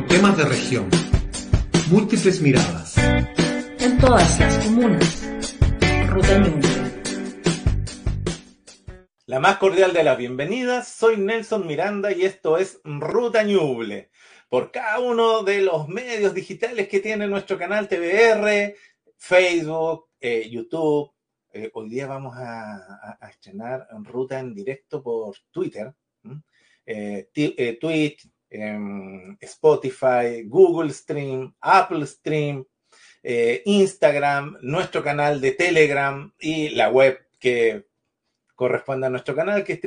Temas de región. Múltiples miradas. En todas las comunas. Ruta Ñuble. La más cordial de las bienvenidas, soy Nelson Miranda y esto es Ruta Ñuble. Por cada uno de los medios digitales que tiene nuestro canal TVR, Facebook, YouTube. Hoy día vamos a estrenar Ruta en directo por Twitter, Twitch, Spotify, Google Stream, Apple Stream, Instagram, nuestro canal de Telegram y la web que corresponde a nuestro canal, que es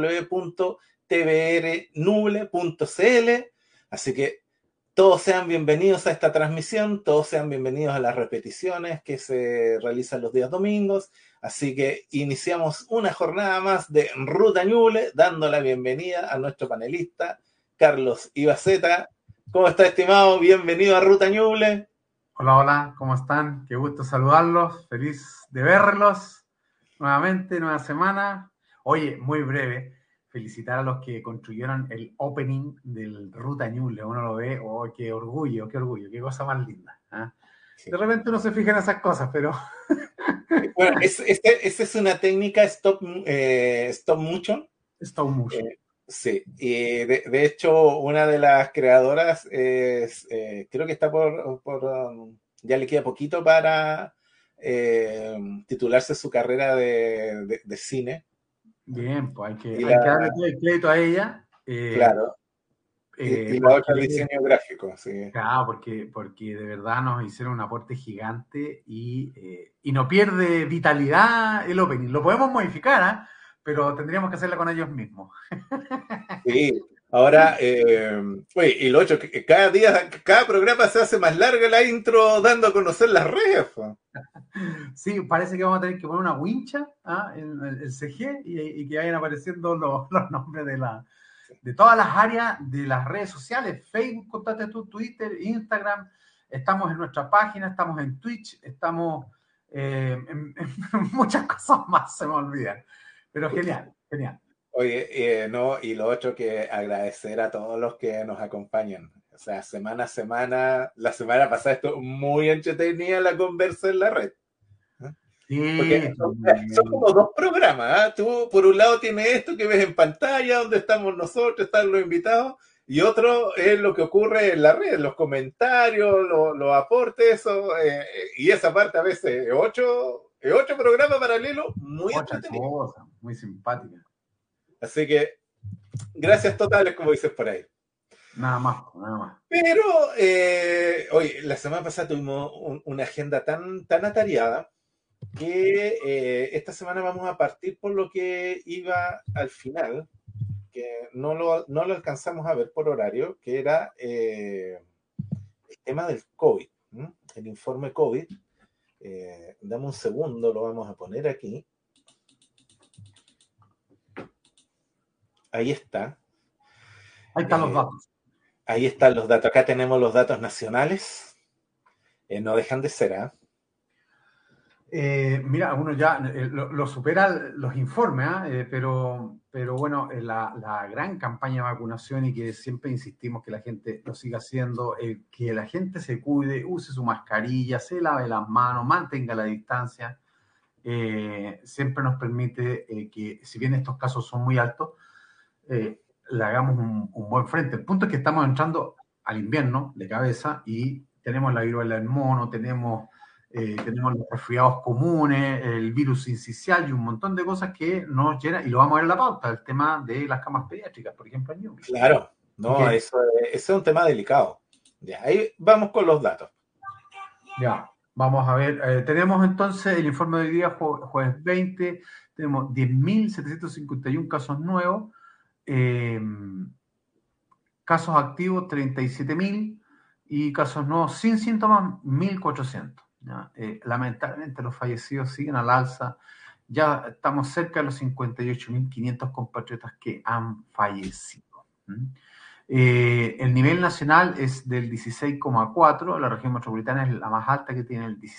www.tvrnuble.cl. Así que todos sean bienvenidos a esta transmisión, todos sean bienvenidos a las repeticiones que se realizan los días domingos. Así que iniciamos una jornada más de Ruta Ñuble, dando la bienvenida a nuestro panelista, Carlos Ibaceta. ¿Cómo está, estimado? Bienvenido a Ruta Ñuble. Hola, hola, ¿cómo están? Qué gusto saludarlos, feliz de verlos nuevamente, nueva semana. Oye, muy breve, felicitar a los que construyeron el opening del Ruta Ñuble. Uno lo ve, oh, qué orgullo, qué cosa más linda. ¿Eh? Sí. De repente uno se fija en esas cosas, pero... Bueno, esa es una técnica stop motion. Stop motion. Sí, y de hecho una de las creadoras es, creo que está ya le queda poquito para titularse su carrera de cine. Bien, pues hay que darle todo el crédito a ella. Claro. Y la otra diseño gráfico, sí. Claro, porque de verdad nos hicieron un aporte gigante y no pierde vitalidad el opening. Lo podemos modificar, ¿eh? Pero tendríamos que hacerla con ellos mismos. Sí, ahora, oye, y lo otro, que cada programa se hace más larga la intro dando a conocer las redes. Sí, parece que vamos a tener que poner una wincha en el CG y que vayan apareciendo los nombres de todas las áreas de las redes sociales. Facebook, contate tú, Twitter, Instagram. Estamos en nuestra página, estamos en Twitch, estamos en muchas cosas más, se me olvidan. Pero genial. Oye, no, y lo otro que agradecer a todos los que nos acompañan. O sea, semana a semana, la semana pasada estuvo muy entretenida la conversa en la red. Sí, porque son como dos programas. ¿Eh? Tú, por un lado, tienes esto que ves en pantalla, donde estamos nosotros, están los invitados, y otro es lo que ocurre en la red, los comentarios, los aportes, y esa parte a veces es ocho programas paralelos muy entretenidos. Muy simpática. Así que, gracias totales, como dices por ahí. Nada más. Pero, oye, la semana pasada tuvimos una agenda tan atareada que esta semana vamos a partir por lo que iba al final, que no lo alcanzamos a ver por horario, que era el tema del COVID, el informe COVID. Dame un segundo, lo vamos a poner aquí. Ahí está. Ahí están los datos. Ahí están los datos. Acá tenemos los datos nacionales. No dejan de ser, mira, uno ya lo supera los informes, pero bueno, la gran campaña de vacunación y que siempre insistimos que la gente lo siga haciendo, que la gente se cuide, use su mascarilla, se lave las manos, mantenga la distancia, siempre nos permite que, si bien estos casos son muy altos, le hagamos un buen frente. El punto es que estamos entrando al invierno de cabeza y tenemos la viruela del mono, tenemos los resfriados comunes, el virus sincicial y un montón de cosas que nos llenan, y lo vamos a ver en la pauta, el tema de las camas pediátricas, por ejemplo, en Ñuble. Claro, no, okay. Eso es un tema delicado. Ya, ahí vamos con los datos. Ya, vamos a ver, tenemos entonces el informe de hoy día, jueves 20, tenemos 10.751 casos nuevos, casos activos 37.000 y casos nuevos sin síntomas 1.400. Lamentablemente los fallecidos siguen al alza, ya estamos cerca de los 58.500 compatriotas que han fallecido. El nivel nacional es del 16,4, la región metropolitana es la más alta, que tiene el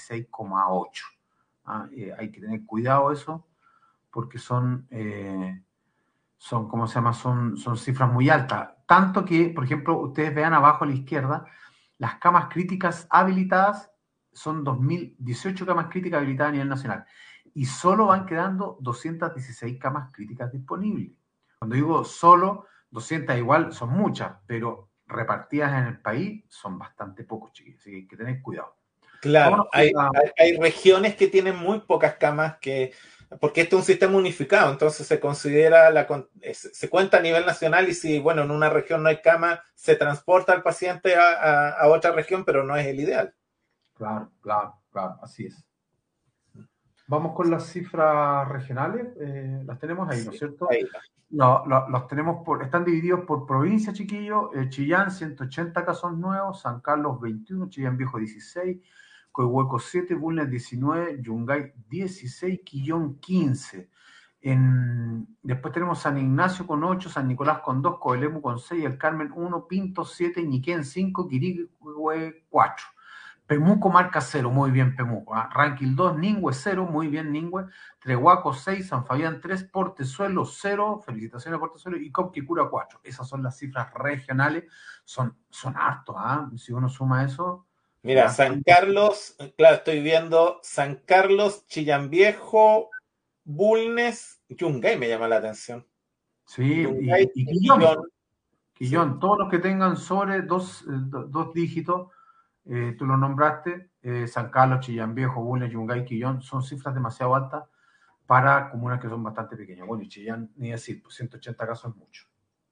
16,8. Hay que tener cuidado eso, porque son ¿cómo se llama? Son cifras muy altas. Tanto que, por ejemplo, ustedes vean abajo a la izquierda, las camas críticas habilitadas son 2.018 camas críticas habilitadas a nivel nacional. Y solo van quedando 216 camas críticas disponibles. Cuando digo solo, 200 igual son muchas, pero repartidas en el país son bastante pocos, chiquillos. Así que hay que tener cuidado. Claro, hay regiones que tienen muy pocas camas porque este es un sistema unificado, entonces se considera, se cuenta a nivel nacional y si, bueno, en una región no hay cama, se transporta al paciente a otra región, pero no es el ideal. Claro, así es. Vamos con las cifras regionales, las tenemos ahí, ¿no es cierto? Ahí. Los tenemos están divididos por provincia, chiquillos. Chillán, 180 casos nuevos, San Carlos, 21, Chillán Viejo, 16, Coihueco 7, Bulnes 19, Yungay 16, Quillón 15. Después tenemos San Ignacio con 8, San Nicolás con 2, Coelemu con 6, El Carmen 1, Pinto 7, Ñiquén 5, Quirigüe 4. Pemuco marca 0, muy bien Pemuco. Ranquil 2, Ningüe 0, muy bien Ningüe. Trehuaco 6, San Fabián 3, Portezuelo 0, felicitaciones a Portezuelo, y Copquicura 4. Esas son las cifras regionales, son hartos, si uno suma eso. Mira, San Carlos, claro, estoy viendo San Carlos, Chillán Viejo, Bulnes, Yungay me llama la atención. Sí, Yungay, y Quillón. Sí. Todos los que tengan sobre dos dígitos, tú lo nombraste, San Carlos, Chillán Viejo, Bulnes, Yungay, Quillón, son cifras demasiado altas para comunas que son bastante pequeñas. Bueno, y Chillán, ni decir, pues 180 casos es mucho.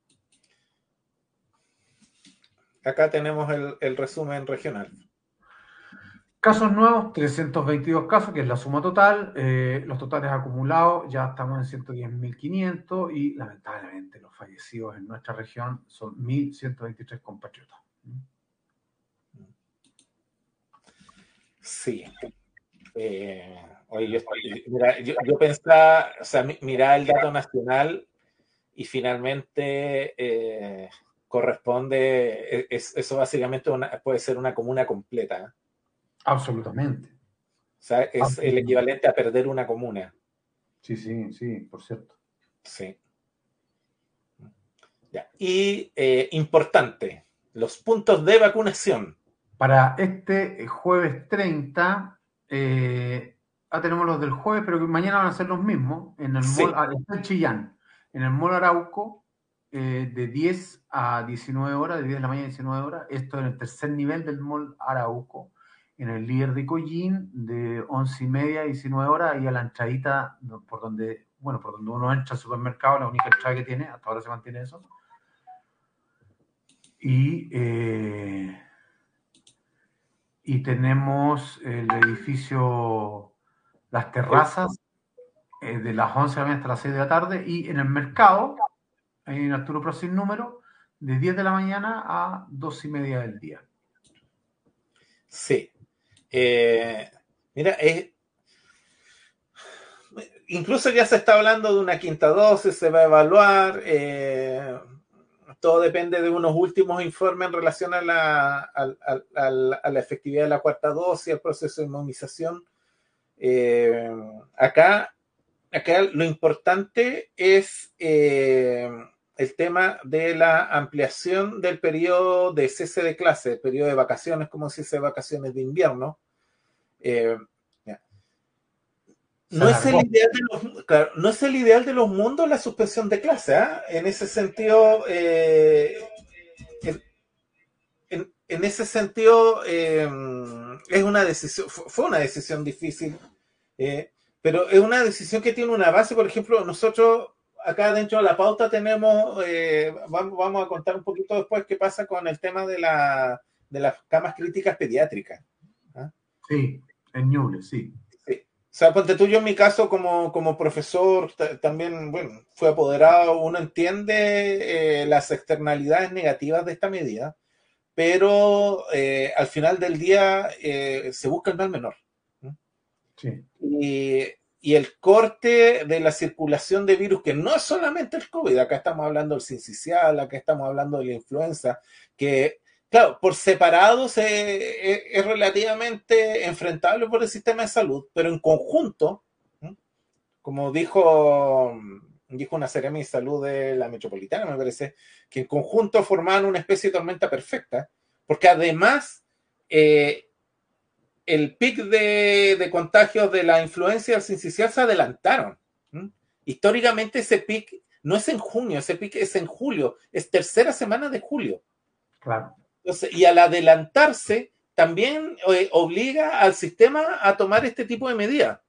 Acá tenemos el resumen regional. Casos nuevos, 322 casos, que es la suma total. Los totales acumulados, ya estamos en 110.500 y lamentablemente los fallecidos en nuestra región son 1.123 compatriotas. Sí. Oye, yo pensaba, o sea, miraba el dato nacional y finalmente corresponde, eso básicamente puede ser una comuna completa. Absolutamente. O sea, es el equivalente a perder una comuna. Sí, por cierto. Sí. Ya. Y importante, los puntos de vacunación. Para este jueves 30, tenemos los del jueves, pero que mañana van a ser los mismos. En el mall, está en Chillán, en el Mall Arauco, de 10 a 19 horas, de 10 de la mañana a 19 horas. Esto en el tercer nivel del Mall Arauco. En el líder de Collín, de 11:30 a 19 horas, y a la entradita, por donde uno entra al supermercado, la única entrada que tiene, hasta ahora se mantiene eso. Y tenemos el edificio, las terrazas, de las 11 de la mañana hasta las 6 de la tarde, y en el mercado, en Arturo Prat sin número, de 10 de la mañana a 2:30 del día. Sí. Mira, incluso ya se está hablando de una quinta dosis, se va a evaluar, todo depende de unos últimos informes en relación a la efectividad de la cuarta dosis, el proceso de inmunización. Acá lo importante es el tema de la ampliación del periodo de cese de clase, el periodo de vacaciones, como se dice, vacaciones de invierno. No es el ideal de los mundos la suspensión de clase, en ese sentido, en ese sentido es una decisión, fue una decisión difícil, pero es una decisión que tiene una base. Por ejemplo, nosotros acá dentro de la pauta tenemos, vamos a contar un poquito después qué pasa con el tema de las camas críticas pediátricas. Sí, en Ñuble, sí. O sea, ponte tú, yo en mi caso como profesor también, bueno, fui apoderado, uno entiende las externalidades negativas de esta medida, pero al final del día se busca el mal menor. Sí. Y el corte de la circulación de virus, que no es solamente el COVID, acá estamos hablando del sincicial, acá estamos hablando de la influenza, que claro, por separado es relativamente enfrentable por el sistema de salud, pero en conjunto, como dijo dijo una Seremi de Salud de la Metropolitana, me parece, que en conjunto formaban una especie de tormenta perfecta, porque además el pic de contagios de la influencia del sincicial se adelantaron. Históricamente ese pic no es en junio, ese pic es en julio, es tercera semana de julio. Claro. Entonces, y al adelantarse, también obliga al sistema a tomar este tipo de medidas.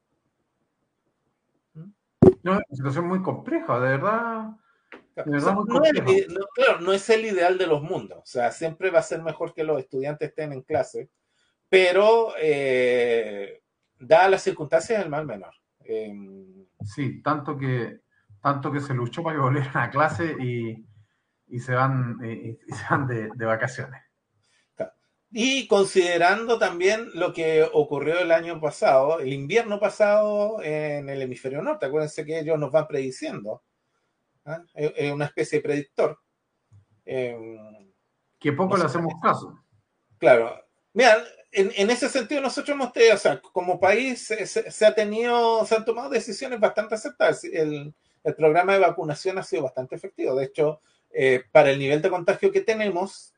No, es una situación muy compleja, de verdad. De verdad, O sea, muy compleja. claro, no es el ideal de los mundos. O sea, siempre va a ser mejor que los estudiantes estén en clase, pero dadas las circunstancias, el mal menor. Sí, tanto que se luchó para que volvieran a clase y se van de vacaciones. Y considerando también lo que ocurrió el año pasado, el invierno pasado en el hemisferio norte, acuérdense que ellos nos van prediciendo. Es una especie de predictor. Que poco le hacemos caso. Claro. Mira, en ese sentido nosotros hemos tenido, o sea, como país se han tomado decisiones bastante aceptables. El programa de vacunación ha sido bastante efectivo. De hecho, para el nivel de contagio que tenemos,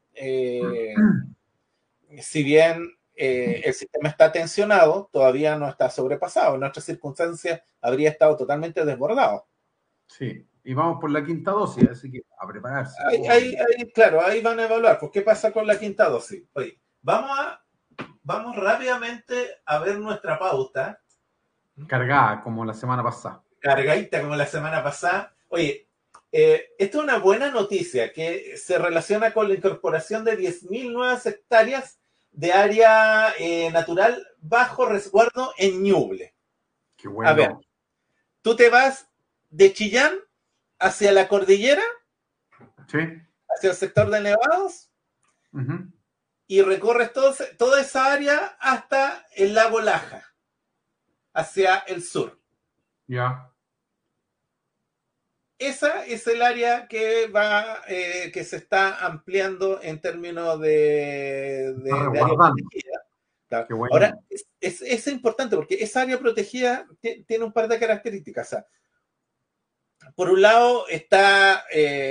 si bien el sistema está tensionado, todavía no está sobrepasado. En otras circunstancias habría estado totalmente desbordado. Sí, y vamos por la quinta dosis, así que a prepararse. Claro, ahí van a evaluar. Pues, ¿qué pasa con la quinta dosis? Oye, vamos rápidamente a ver nuestra pauta. Cargada, como la semana pasada. Cargadita, como la semana pasada. Oye, esta es una buena noticia que se relaciona con la incorporación de 10.000 nuevas hectáreas de área natural bajo resguardo en Ñuble. Qué bueno. A ver, tú te vas de Chillán hacia la cordillera, sí, hacia el sector de Nevados, y recorres toda esa área hasta el lago Laja, hacia el sur. Ya. Esa es el área que que se está ampliando en términos de área protegida. Claro. Bueno. Ahora, es importante porque esa área protegida tiene un par de características. O sea, por un lado está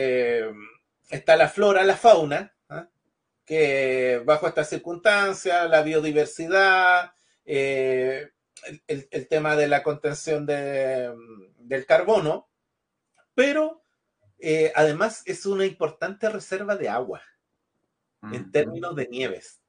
la flora, la fauna, que bajo estas circunstancias, la biodiversidad, el tema de la contención del carbono, pero además es una importante reserva de agua en términos de nieves.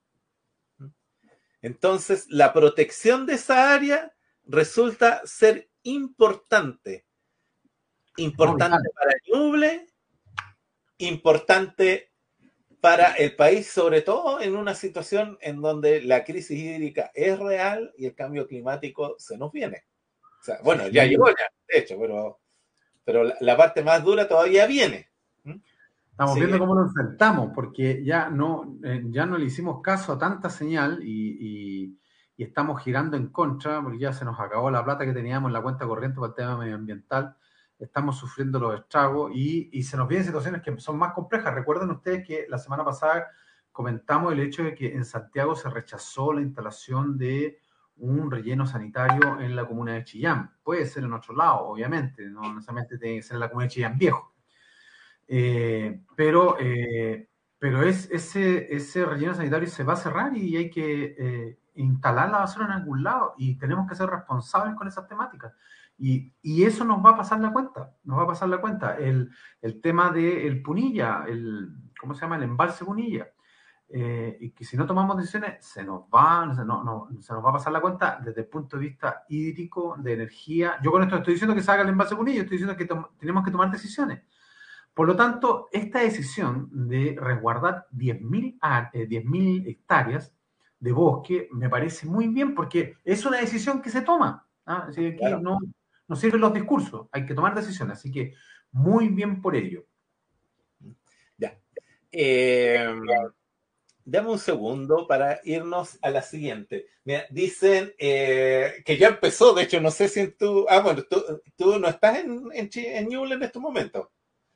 Entonces, la protección de esa área resulta ser importante. Importante para Ñuble, importante para el país, sobre todo en una situación en donde la crisis hídrica es real y el cambio climático se nos viene. O sea, bueno, ya llegó ya, de hecho, pero la parte más dura todavía viene. Estamos viendo cómo lo enfrentamos, porque ya no le hicimos caso a tanta señal y estamos girando en contra, porque ya se nos acabó la plata que teníamos en la cuenta corriente para el tema medioambiental. Estamos sufriendo los estragos y se nos vienen situaciones que son más complejas. Recuerden ustedes que la semana pasada comentamos el hecho de que en Santiago se rechazó la instalación de un relleno sanitario en la comuna de Chillán. Puede ser en otro lado, obviamente, no necesariamente tiene que ser en la comuna de Chillán Viejo. Pero ese relleno sanitario se va a cerrar y hay que instalar la basura en algún lado y tenemos que ser responsables con esas temáticas. Y eso nos va a pasar la cuenta, el tema del Punilla, ¿cómo se llama? El embalse Punilla. Y que si no tomamos decisiones, se nos va a pasar la cuenta desde el punto de vista hídrico, de energía. Yo con esto estoy diciendo que se haga el embalse Punilla, estoy diciendo que tenemos que tomar decisiones. Por lo tanto, esta decisión de resguardar 10.000 hectáreas de bosque me parece muy bien porque es una decisión que se toma. Así que aquí claro, no sirven los discursos, hay que tomar decisiones. Así que muy bien por ello. Ya. Dame un segundo para irnos a la siguiente. Mira, dicen que ya empezó, de hecho, no sé si tú... bueno, tú no estás en Ñuble en estos momentos.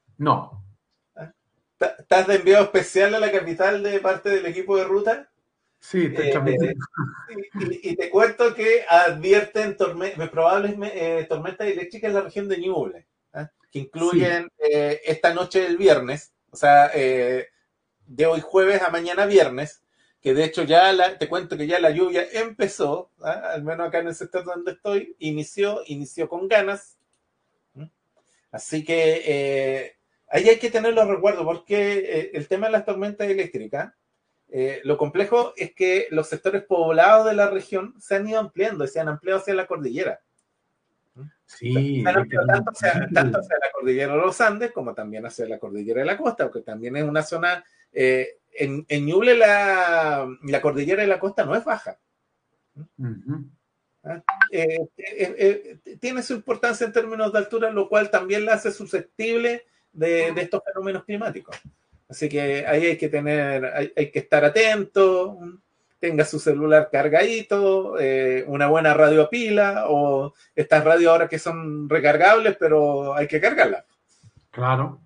No. ¿Estás de enviado especial a la capital de parte del equipo de ruta? Sí, estoy Eh, transmitiendo. y te cuento que advierten probables tormentas eléctricas en la región de Ñuble, ¿ah? Que Sí, incluyen esta noche del viernes, o sea, de hoy jueves a mañana viernes, que de hecho ya te cuento que ya la lluvia empezó, ¿ah? Al menos acá en el sector donde estoy, inició con ganas. ¿Mm? Así que ahí hay que tener los recuerdos, porque el tema de las tormentas eléctricas, lo complejo es que los sectores poblados de la región se han ido ampliando y se han ampliado hacia la cordillera. Se sí, han es que ampliado tanto hacia la cordillera de los Andes como también hacia la cordillera de la costa, porque también es una zona, en Ñuble la cordillera de la costa no es baja. ujú. ¿Ah? Tiene su importancia en términos de altura, lo cual también la hace susceptible de estos fenómenos climáticos. Así que ahí hay que estar atento, tenga su celular cargadito, una buena radio a pila, o estas radios ahora que son recargables, pero hay que cargarlas. Claro,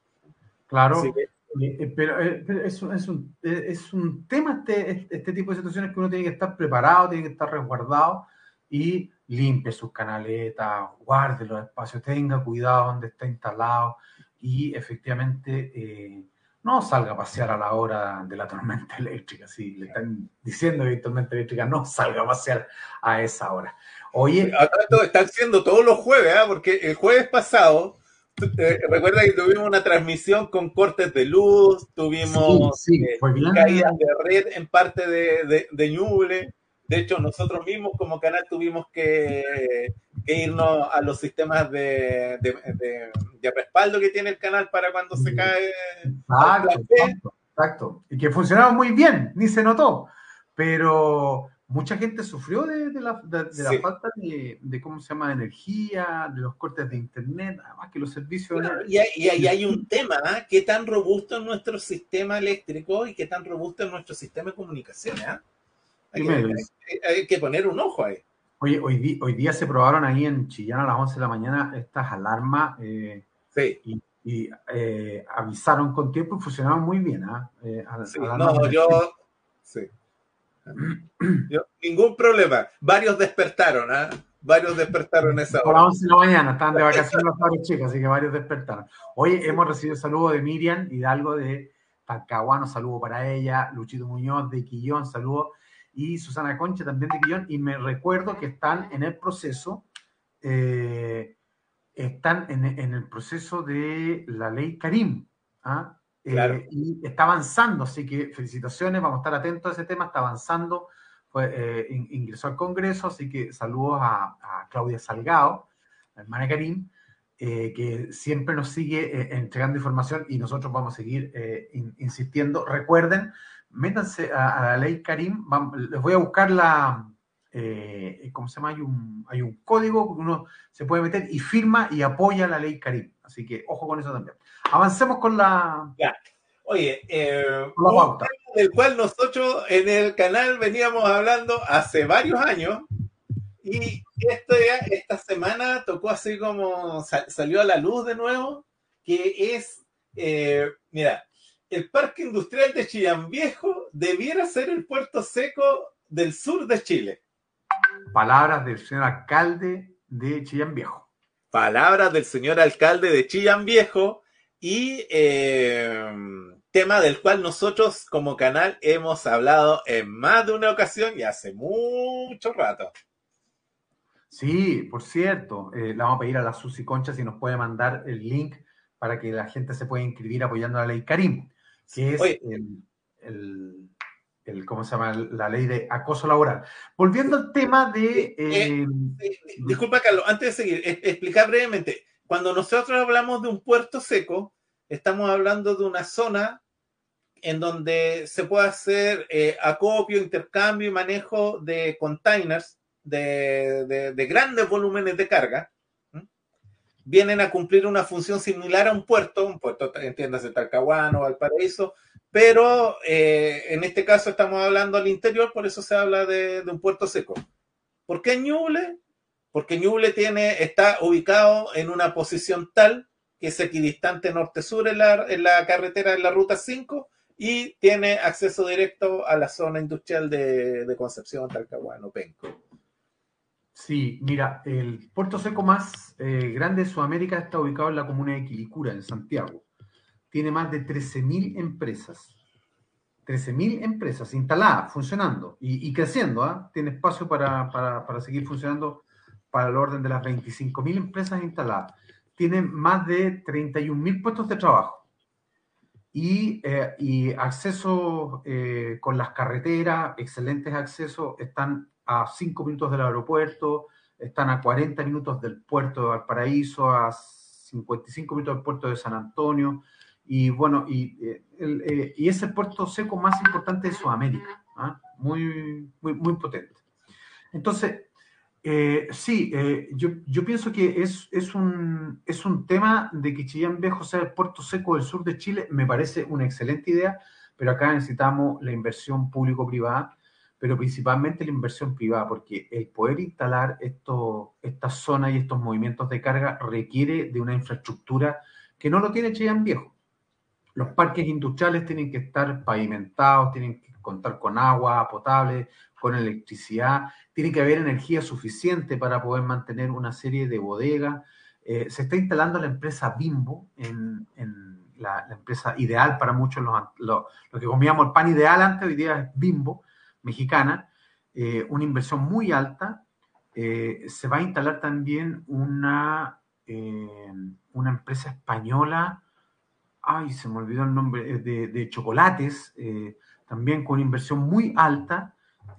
Así claro. que, Pero es un tema este tipo de situaciones que uno tiene que estar preparado, tiene que estar resguardado y limpie sus canaletas, guarde los espacios, tenga cuidado donde está instalado y efectivamente no salga a pasear a la hora de la tormenta eléctrica. Si le están diciendo que hay tormenta eléctrica, no salga a pasear a esa hora. Oye, a todo esto están siendo todos los jueves, ¿eh? Porque el jueves pasado, recuerda que tuvimos una transmisión con cortes de luz, sí, tuvimos sí, fue bien. caídas de red en parte de Ñuble. De hecho, nosotros mismos como canal tuvimos que irnos a los sistemas de respaldo que tiene el canal para cuando se cae al plan Exacto, B. exacto, exacto. Y que funcionaba muy bien, ni se notó. Pero mucha gente sufrió de la Sí. falta ¿cómo se llama?, de energía, de los cortes de internet, además que los servicios... Bueno, y ahí hay un tema, ¿eh? ¿Qué tan robusto es nuestro sistema eléctrico y qué tan robusto es nuestro sistema de comunicaciones? ¿Eh? Hay, que, Primero, hay que poner un ojo ahí. oye, hoy día se probaron ahí en Chillán a las 11 de la mañana estas alarmas Sí, y avisaron con tiempo y funcionaban muy bien. sí. Alarmas de No, emergencia. sí. Ningún problema. Varios despertaron, ¿ah? Varios despertaron a esa A las hora. 11 de la mañana, estaban de vacaciones los cabros chicos, así que varios despertaron. Hoy hemos recibido saludos de Miriam Hidalgo de Talcahuano, saludo para ella, Luchito Muñoz de Quillón, saludo, y Susana Concha también de Quillón, y me recuerdo que están en el proceso, en el proceso de la ley Karim, ¿ah? Claro. Y está avanzando, así que felicitaciones, vamos a estar atentos a ese tema, está avanzando, pues, ingresó al Congreso, así que saludos a Claudia Salgado, la hermana Karim, que siempre nos sigue entregando información y nosotros vamos a seguir insistiendo. Recuerden, métanse a la ley Karim, les voy a buscar ¿cómo se llama? Hay un código que uno se puede meter y firma y apoya la ley Karim. Así que ojo con eso también. Avancemos con Ya. Oye, con la un pauta. tema del cual nosotros en el canal veníamos hablando hace varios años y esta semana tocó así como salió a la luz de nuevo, que es, mira, el Parque Industrial de Chillán Viejo debiera ser el puerto seco del sur de Chile. Palabras del señor alcalde de Chillán Viejo. Palabras del señor alcalde de Chillán Viejo y tema del cual nosotros como canal hemos hablado en más de una ocasión y hace mucho rato. Sí, por cierto, le vamos a pedir a la Susi Concha si nos puede mandar el link para que la gente se pueda inscribir apoyando la ley Karim, que es Oye, ¿cómo se llama? La ley de acoso laboral. Volviendo al tema disculpa, Carlos, antes de seguir, explicar brevemente. Cuando nosotros hablamos de un puerto seco, estamos hablando de una zona en donde se puede hacer acopio, intercambio y manejo de containers de grandes volúmenes de carga. ¿Mm? Vienen a cumplir una función similar a un puerto, entiéndase, Talcahuano o Valparaíso, pero en este caso estamos hablando al interior, por eso se habla de un puerto seco. ¿Por qué Ñuble? Porque Ñuble está ubicado en una posición tal que es equidistante norte-sur en la carretera de la ruta 5 y tiene acceso directo a la zona industrial de Concepción, Talcahuano, Penco. Sí, mira, el puerto seco más grande de Sudamérica está ubicado en la comuna de Quilicura, en Santiago. Tiene más de 13.000 empresas. 13.000 empresas instaladas, funcionando y creciendo. ¿Eh? Tiene espacio para seguir funcionando para el orden de las 25.000 empresas instaladas. Tiene más de 31.000 puestos de trabajo y acceso con las carreteras, excelentes accesos, están a 5 minutos del aeropuerto, están a 40 minutos del puerto de Valparaíso, a 55 minutos del puerto de San Antonio. Y bueno, y es el puerto seco más importante de Sudamérica, ¿eh? Muy potente. Entonces, yo pienso que es un tema de que Chillán Viejo sea el puerto seco del sur de Chile, me parece una excelente idea, pero acá necesitamos la inversión público-privada, pero principalmente la inversión privada, porque el poder instalar estas zonas y estos movimientos de carga requiere de una infraestructura que no lo tiene Chillán Viejo. Los parques industriales tienen que estar pavimentados, tienen que contar con agua potable, con electricidad, tiene que haber energía suficiente para poder mantener una serie de bodegas. Se está instalando la empresa Bimbo, la empresa ideal para muchos, lo que comíamos el pan ideal antes, hoy día es Bimbo, mexicana, una inversión muy alta. Se va a instalar también una empresa española, ay, se me olvidó el nombre, de chocolates, también con una inversión muy alta.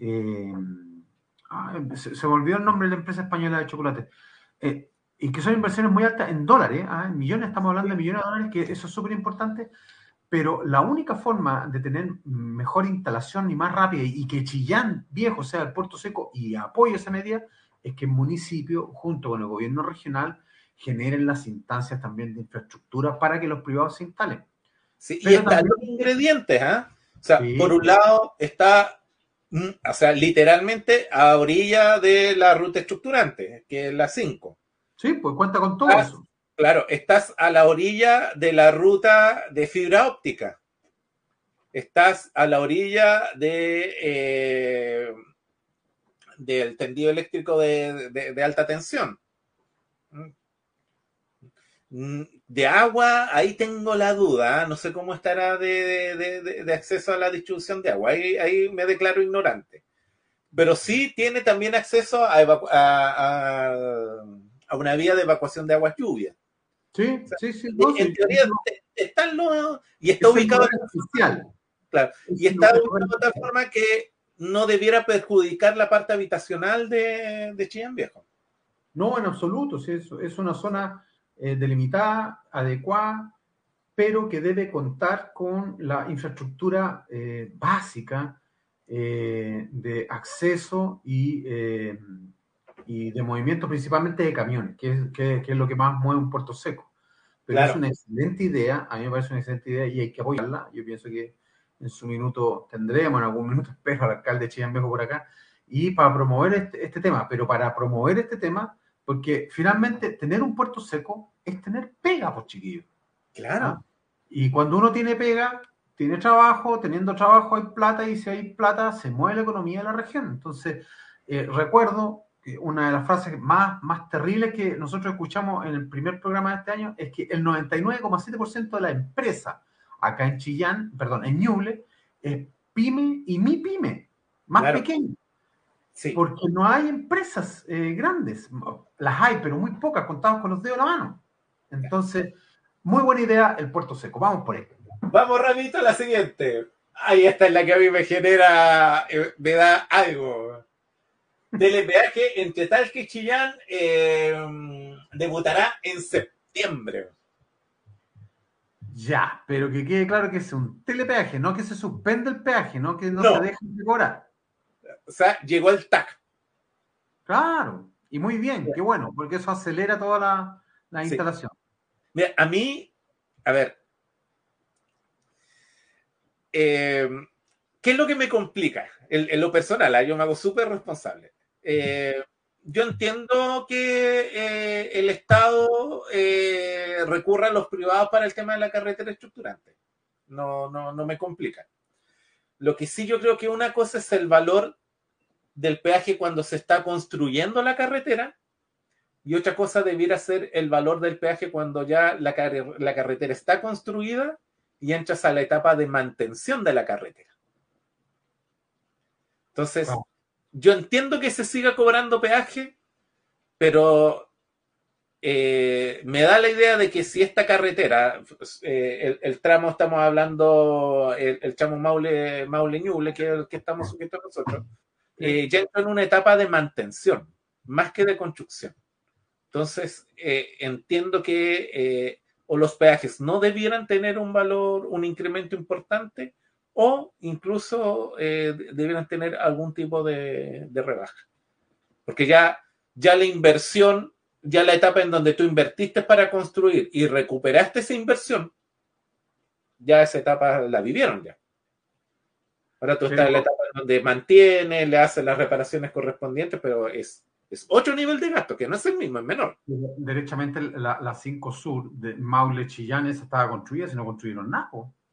Se me olvidó el nombre de la empresa española de chocolates. Y que son inversiones muy altas en dólares, en millones, estamos hablando de millones de dólares, que eso es súper importante. Pero la única forma de tener mejor instalación y más rápida y que Chillán Viejo sea el puerto seco y apoye esa medida es que el municipio, junto con el gobierno regional, generen las instancias también de infraestructura para que los privados se instalen. Sí, y están también los ingredientes, ¿ah? O sea, sí, por un lado está, o sea, literalmente a orilla de la ruta estructurante, que es la 5. Sí, pues cuenta con todo eso. Claro, estás a la orilla de la ruta de fibra óptica. Estás a la orilla del tendido eléctrico de alta tensión. De agua, ahí tengo la duda, no sé cómo estará de acceso a la distribución de agua, ahí me declaro ignorante. Pero sí tiene también acceso a una vía de evacuación de aguas lluvias. Sí, o sea, sí. En teoría están los... Y está ubicado... Claro, y está ubicado de tal forma que no debiera perjudicar la parte habitacional de Chillán Viejo. No, en absoluto, sí, es una zona delimitada, adecuada, pero que debe contar con la infraestructura básica de acceso y de movimiento principalmente de camiones, que es lo que más mueve un puerto seco. Pero claro, es una excelente idea, a mí me parece una excelente idea y hay que apoyarla. Yo pienso que en su minuto tendremos, en algún minuto espero al alcalde de Chillán Viejo por acá, y para promover este tema, pero para promover este tema, porque finalmente tener un puerto seco es tener pega, pues chiquillos. Claro. ¿Ah? Y cuando uno tiene pega, tiene trabajo, teniendo trabajo hay plata, y si hay plata se mueve la economía de la región. Entonces, recuerdo que una de las frases más terribles que nosotros escuchamos en el primer programa de este año es que el 99,7% de la empresa acá en Chillán, perdón, en Ñuble, es pyme y mi pyme, más claro, pequeña. Sí. Porque no hay empresas grandes, las hay, pero muy pocas, contados con los dedos de la mano. Entonces, muy buena idea el puerto seco, vamos por ahí. Vamos rapidito a la siguiente. Ahí esta es la que a mí me genera, me da algo. Telepeaje entre Talca y Chillán debutará en septiembre. Ya, pero que quede claro que es un telepeaje, no que se suspende el peaje, no que no se deje de cobrar. O sea, llegó el TAC. Claro, y muy bien, qué bueno, porque eso acelera toda la instalación. Mira, a mí, a ver, ¿qué es lo que me complica? En lo personal, yo me hago súper responsable. Yo entiendo que el Estado recurra a los privados para el tema de la carretera estructurante. no me complica. Lo que sí yo creo que una cosa es el valor del peaje cuando se está construyendo la carretera y otra cosa debiera ser el valor del peaje cuando ya la carretera está construida y entras a la etapa de mantención de la carretera. Entonces, yo entiendo que se siga cobrando peaje, pero me da la idea de que si esta carretera, el tramo, estamos hablando, el tramo Maule-Ñuble, que es el que estamos sujetos nosotros, ya entra en una etapa de mantención, más que de construcción. Entonces, entiendo que o los peajes no debieran tener un valor, un incremento importante, o incluso debieran tener algún tipo de rebaja. Porque ya la inversión, ya la etapa en donde tú invertiste para construir y recuperaste esa inversión, ya esa etapa la vivieron ya. Ahora tú estás en la etapa donde mantienes, le haces las reparaciones correspondientes, pero es otro nivel de gasto, que no es el mismo, es menor. Derechamente la 5 Sur de Maule Chillán, esa estaba construida, si no construyeron nada.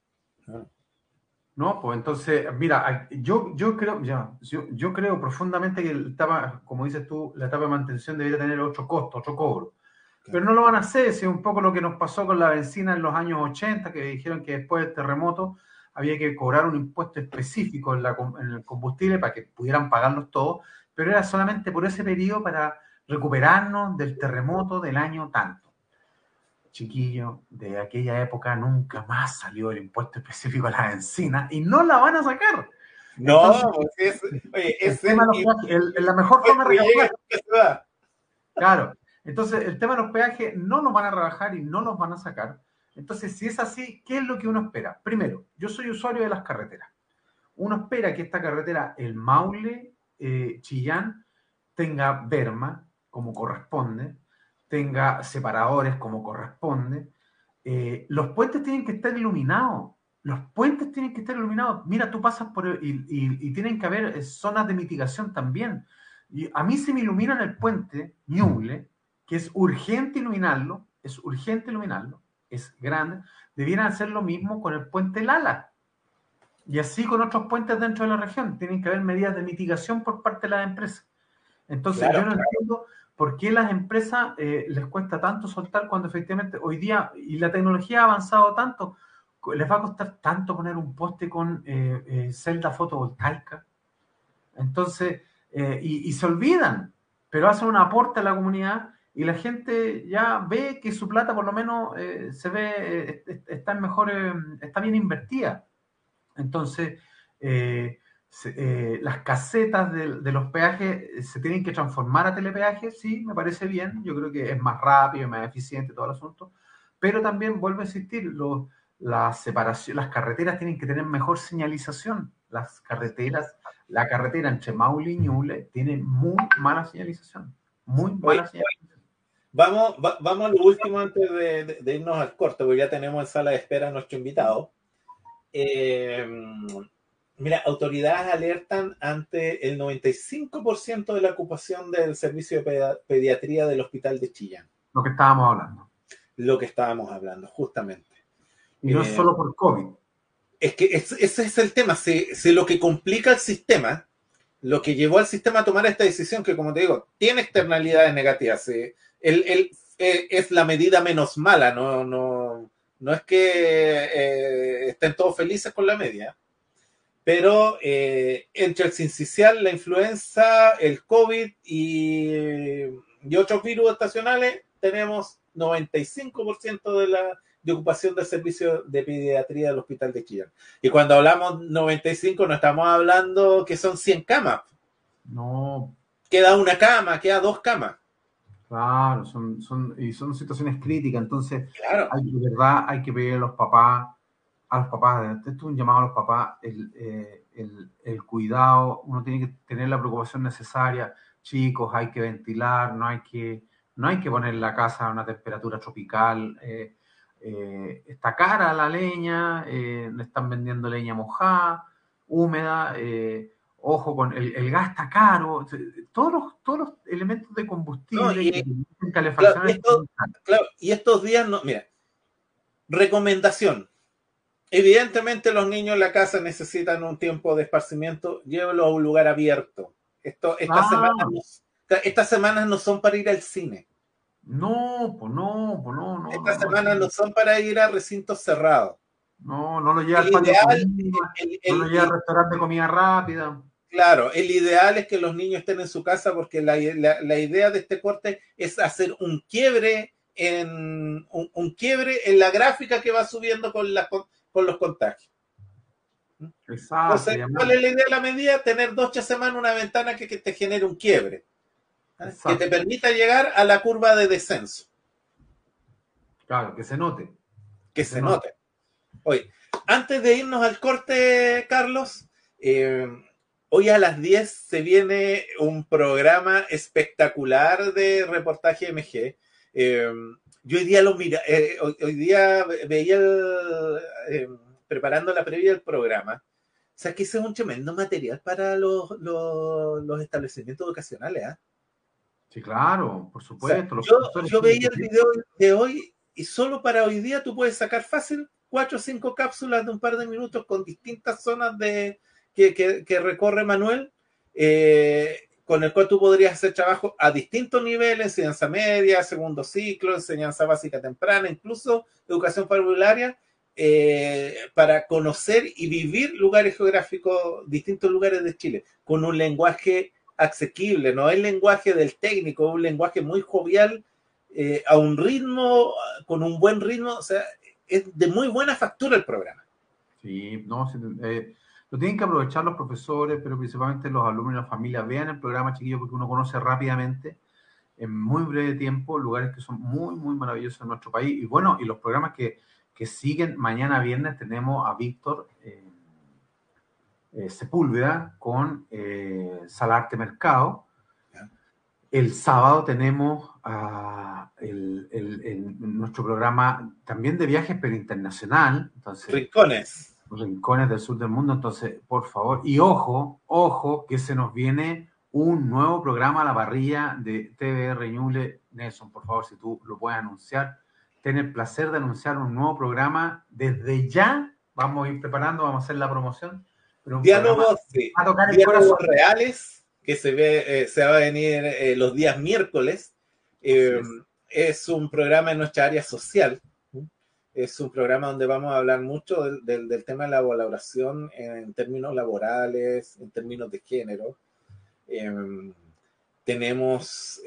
No, pues entonces, mira, yo creo profundamente que la etapa, como dices tú, la etapa de mantención debería tener otro costo, otro cobro. Claro. Pero no lo van a hacer, es un poco lo que nos pasó con la benzina en los años 80, que dijeron que después del terremoto había que cobrar un impuesto específico en el combustible para que pudieran pagarlos todos, pero era solamente por ese periodo para recuperarnos del terremoto del año tanto. Chiquillo, de aquella época nunca más salió el impuesto específico a la benzina y no la van a sacar. No, entonces, es la mejor forma de recaudar. Claro, entonces el tema de los peajes no los van a rebajar y no los van a sacar. Entonces, si es así, ¿qué es lo que uno espera? Primero, yo soy usuario de las carreteras. Uno espera que esta carretera, el Maule, Chillán, tenga berma como corresponde, tenga separadores como corresponde. Los puentes tienen que estar iluminados. Mira, tú pasas por y tienen que haber zonas de mitigación también. Y a mí se me ilumina en el puente Ñuble, que es urgente iluminarlo, es grande. Debieran hacer lo mismo con el puente Lala. Y así con otros puentes dentro de la región. Tienen que haber medidas de mitigación por parte de las empresas. Entonces, yo no entiendo por qué las empresas les cuesta tanto soltar cuando efectivamente hoy día, y la tecnología ha avanzado tanto, les va a costar tanto poner un poste con celda fotovoltaica. Entonces, y se olvidan, pero hacen un aporte a la comunidad y la gente ya ve que su plata por lo menos se ve, está bien invertida. Entonces, las casetas de los peajes se tienen que transformar a telepeajes, sí, me parece bien, yo creo que es más rápido, más eficiente todo el asunto, pero también vuelvo a insistir, las carreteras tienen que tener mejor señalización. La carretera entre Maule y Ñuble tiene muy mala señalización, señalización. Vamos a lo último antes de irnos al corte, porque ya tenemos en sala de espera a nuestro invitado. Mira, autoridades alertan ante el 95% de la ocupación del servicio de pediatría del hospital de Chillán. Lo que estábamos hablando, justamente. Y no es solo por COVID. Es que ese es el tema. Si lo que complica el sistema, lo que llevó al sistema a tomar esta decisión, que como te digo, tiene externalidades negativas. Es la medida menos mala, no es que estén todos felices con la media. Pero entre el sincicial, la influenza, el COVID y otros virus estacionales, tenemos 95% de ocupación del servicio de pediatría del hospital de Chillán. Y cuando hablamos 95, no estamos hablando que son 100 camas. No. Queda una cama, queda 2 camas. Claro, son situaciones críticas. Entonces, claro, hay que pedir a los papás, esto es un llamado a los papás, el cuidado, uno tiene que tener la preocupación necesaria. Chicos, hay que ventilar, no hay que poner la casa a una temperatura tropical. Está cara la leña, le están vendiendo leña mojada, húmeda, ojo con el gas está caro, todos los elementos de combustible, calefacción. Claro, y estos días, mira, recomendación, Evidentemente los niños en la casa necesitan un tiempo de esparcimiento, llévelos a un lugar abierto. Estas semanas no son para ir al cine. No, pues no. Estas semanas no son para ir a recintos cerrados. No lo lleva al patio de comida, no lo lleva al restaurante de comida rápida. Claro, el ideal es que los niños estén en su casa porque la idea de este corte es hacer un quiebre en la gráfica que va subiendo con los contagios. Exacto. Entonces, ¿cuál es la idea de la medida? Tener 2 semanas una ventana que te genere un quiebre, que te permita llegar a la curva de descenso. Claro, que se note. Que se note. Oye, antes de irnos al corte, Carlos, hoy a las 10 se viene un programa espectacular de reportaje MG. Yo hoy día hoy día veía preparando la previa del programa. O sea, que ese es un tremendo material para los establecimientos educacionales. Sí, claro, por supuesto. O sea, yo veía el video de hoy y solo para hoy día tú puedes sacar fácil 4 o 5 cápsulas de un par de minutos con distintas zonas que recorre Manuel, con el cual tú podrías hacer trabajo a distintos niveles, enseñanza media, segundo ciclo, enseñanza básica temprana, incluso educación parvularia, para conocer y vivir lugares geográficos, distintos lugares de Chile, con un lenguaje asequible, no es el lenguaje del técnico, es un lenguaje muy jovial, a un ritmo, con un buen ritmo, o sea, es de muy buena factura el programa. Sí, no, lo tienen que aprovechar los profesores, pero principalmente los alumnos y las familias. Vean el programa, chiquillos, porque uno conoce rápidamente, en muy breve tiempo, lugares que son muy, muy maravillosos en nuestro país. Y bueno, y los programas que siguen, mañana viernes tenemos a Víctor Sepúlveda con Salarte Mercado. El sábado tenemos nuestro programa también de viajes, pero internacional. Entonces, Rincones del sur del mundo. Entonces, por favor, y ojo, que se nos viene un nuevo programa a la parrilla de TVR Ñuble. Nelson, por favor, si tú lo puedes anunciar. Ten el placer de anunciar un nuevo programa. Desde ya vamos a ir preparando, vamos a hacer la promoción. Pero diálogos reales, que se va a venir los días miércoles. Es un programa en nuestra área social. Es un programa donde vamos a hablar mucho del tema de la valoración en términos laborales, en términos de género. Tenemos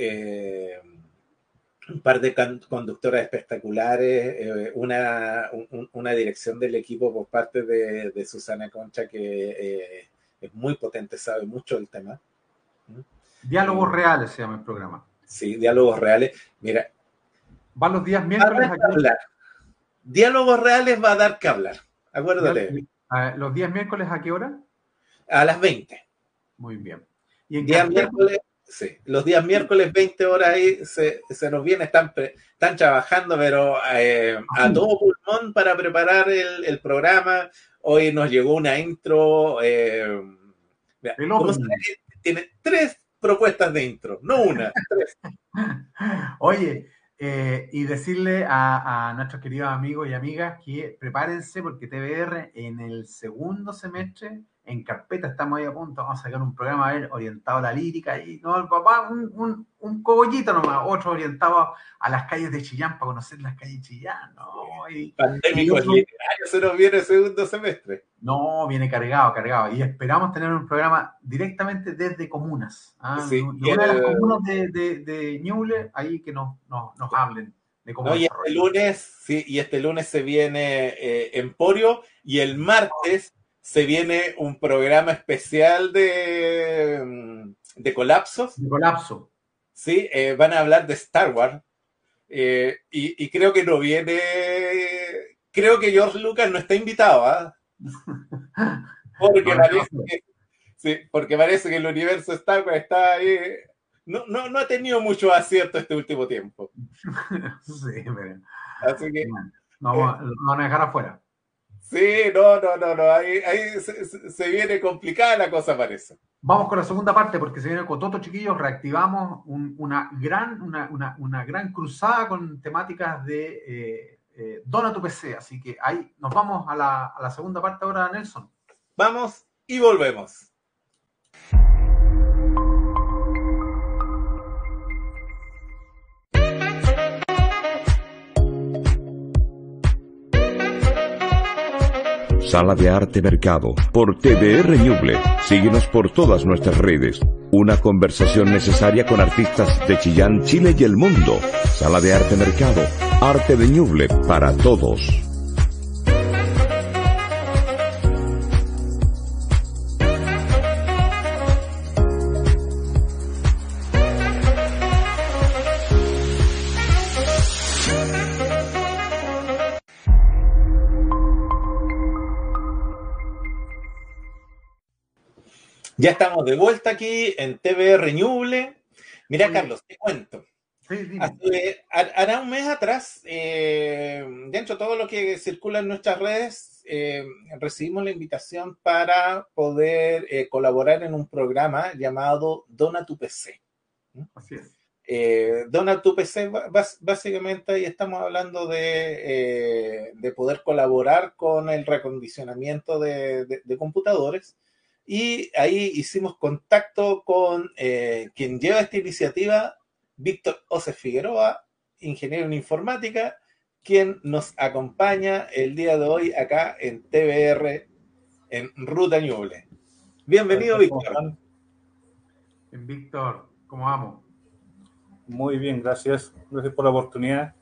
un par de conductoras espectaculares, una dirección del equipo por parte de Susana Concha, que es muy potente, sabe mucho del tema. Diálogos reales se llama el programa. Sí, diálogos reales. Mira, va los días miércoles a hablar. Diálogos reales va a dar que hablar. Acuérdate. ¿Los días miércoles a qué hora? A las 20. Muy bien. ¿Y en días miércoles? Sí, los días miércoles 20 horas ahí se nos viene, están trabajando, pero a todo pulmón para preparar el programa. Hoy nos llegó una intro. Tiene 3 propuestas de intro, no una, 3. Oye, y decirle a nuestros queridos amigos y amigas que prepárense porque TVR en el segundo semestre, en carpeta, estamos ahí a punto, vamos a sacar un programa orientado a la lírica y no, el papá, un cogollito nomás, otro orientado a las calles de Chillán para conocer las calles de Chillán, ¿no? Pandémicos literarios se nos viene el segundo semestre. No, viene cargado, y esperamos tener un programa directamente desde comunas. Sí, una de las comunas de Ñuble, ahí que nos hablen de cómo y este lunes se viene Emporio, y el martes se viene un programa especial de colapsos. De colapso. Sí, van a hablar de Star Wars. Y creo que no viene. Creo que George Lucas no está invitado, porque parece que el universo Star Wars está ahí. No ha tenido mucho acierto este último tiempo. Sí, pero. Así que. No van a dejar afuera. Sí, no. Ahí se viene complicada la cosa, parece. Vamos con la segunda parte porque se viene Cototo, chiquillos. Reactivamos una gran cruzada con temáticas de Dona tu PC. Así que ahí nos vamos a la segunda parte ahora, Nelson. Vamos y volvemos. Sala de Arte Mercado, por TVR Ñuble. Síguenos por todas nuestras redes. Una conversación necesaria con artistas de Chillán, Chile y el mundo. Sala de Arte Mercado, arte de Ñuble para todos. Ya estamos de vuelta aquí en TVR Ñuble. Mira, Carlos, te cuento. Sí, dime. Hará un mes atrás, dentro de todo lo que circula en nuestras redes, recibimos la invitación para poder colaborar en un programa llamado Dona tu PC. Así es. Dona tu PC, básicamente ahí estamos hablando de poder colaborar con el recondicionamiento de computadores. Y ahí hicimos contacto con quien lleva esta iniciativa, Víctor Ose Figueroa, ingeniero en informática, quien nos acompaña el día de hoy acá en TVR, en Ruta Ñuble. Bienvenido, Víctor. Víctor, ¿cómo vamos? Muy bien, gracias. Gracias por la oportunidad.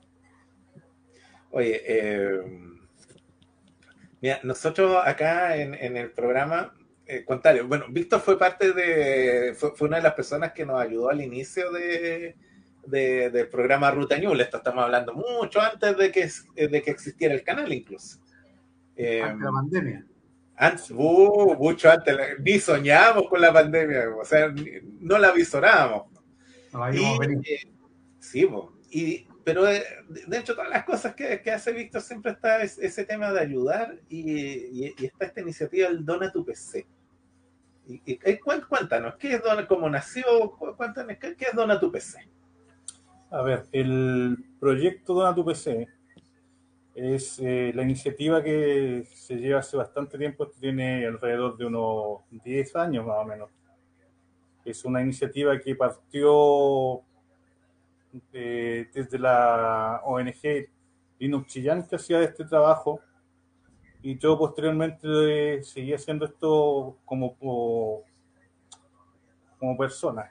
Oye, mira, nosotros acá en el programa... contrario, bueno, Víctor fue fue una de las personas que nos ayudó al inicio del programa Ruta Ñuble. Esto estamos hablando mucho antes de que existiera el canal, incluso. Antes de la pandemia. Mucho antes, ni soñábamos con la pandemia, o sea, no la visorábamos. No la vimos venir. Sí, pero dentro de todas las cosas que hace Víctor siempre está ese tema de ayudar y está esta iniciativa del Dona tu PC. Cuéntanos, ¿qué es cómo nació? Cuéntanos, ¿qué es Dona tu PC? A ver, el proyecto Dona tu PC es la iniciativa que se lleva hace bastante tiempo, tiene alrededor de unos 10 años más o menos. Es una iniciativa que partió desde la ONG Linux Chillán, que hacía este trabajo, y yo posteriormente seguí haciendo esto como persona.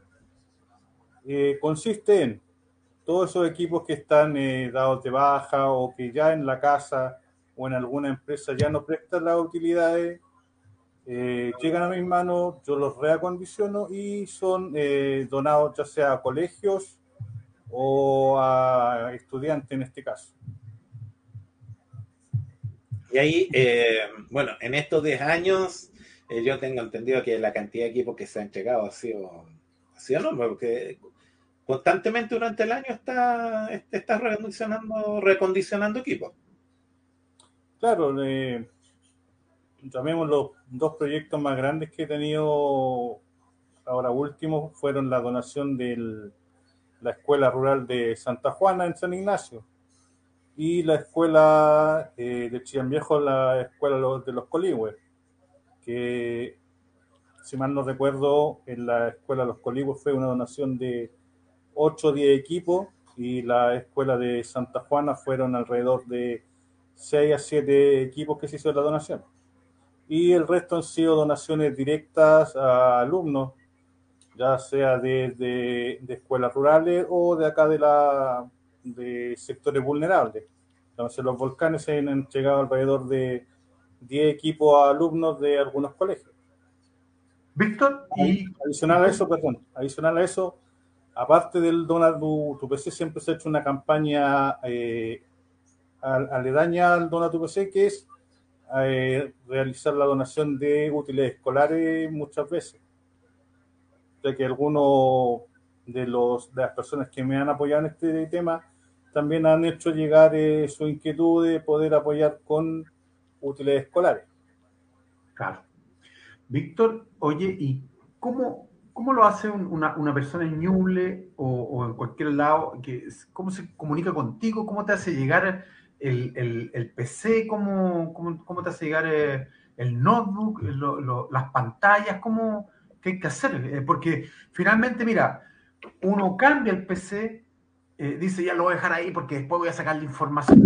Consiste en todos esos equipos que están dados de baja o que ya en la casa o en alguna empresa ya no prestan las utilidades, llegan a mis manos, yo los reacondiciono y son donados ya sea a colegios o a estudiantes en este caso. Y ahí, bueno, en estos 10 años, yo tengo entendido que la cantidad de equipos que se ha entregado ha sido enorme, porque constantemente durante el año está recondicionando equipos. Claro, llamemos los dos proyectos más grandes que he tenido ahora último, fueron la donación de la Escuela Rural de Santa Juana en San Ignacio y la escuela de Chillán Viejo, la Escuela de los Coligües, que si mal no recuerdo, en la Escuela de los Coligües fue una donación de 8 o 10 equipos y la Escuela de Santa Juana fueron alrededor de 6 a 7 equipos que se hizo la donación. Y el resto han sido donaciones directas a alumnos, ya sea de escuelas rurales o de acá de sectores vulnerables. Entonces los volcanes se han entregado alrededor de 10 equipos a alumnos de algunos colegios. Víctor, y adicional a eso, aparte del Dona tu PC, siempre se ha hecho una campaña aledaña al Dona tu PC, que es realizar la donación de útiles escolares muchas veces, ya que algunos de las personas que me han apoyado en este tema también han hecho llegar su inquietud de poder apoyar con útiles escolares. Claro. Víctor, oye, ¿y cómo ¿Cómo lo hace una persona en Ñuble o en cualquier lado? ¿Cómo se comunica contigo? ¿Cómo te hace llegar el PC? ¿Cómo te hace llegar el notebook, las pantallas? ¿Qué hay que hacer? Porque finalmente, mira, uno cambia el PC, dice ya lo voy a dejar ahí porque después voy a sacar la información.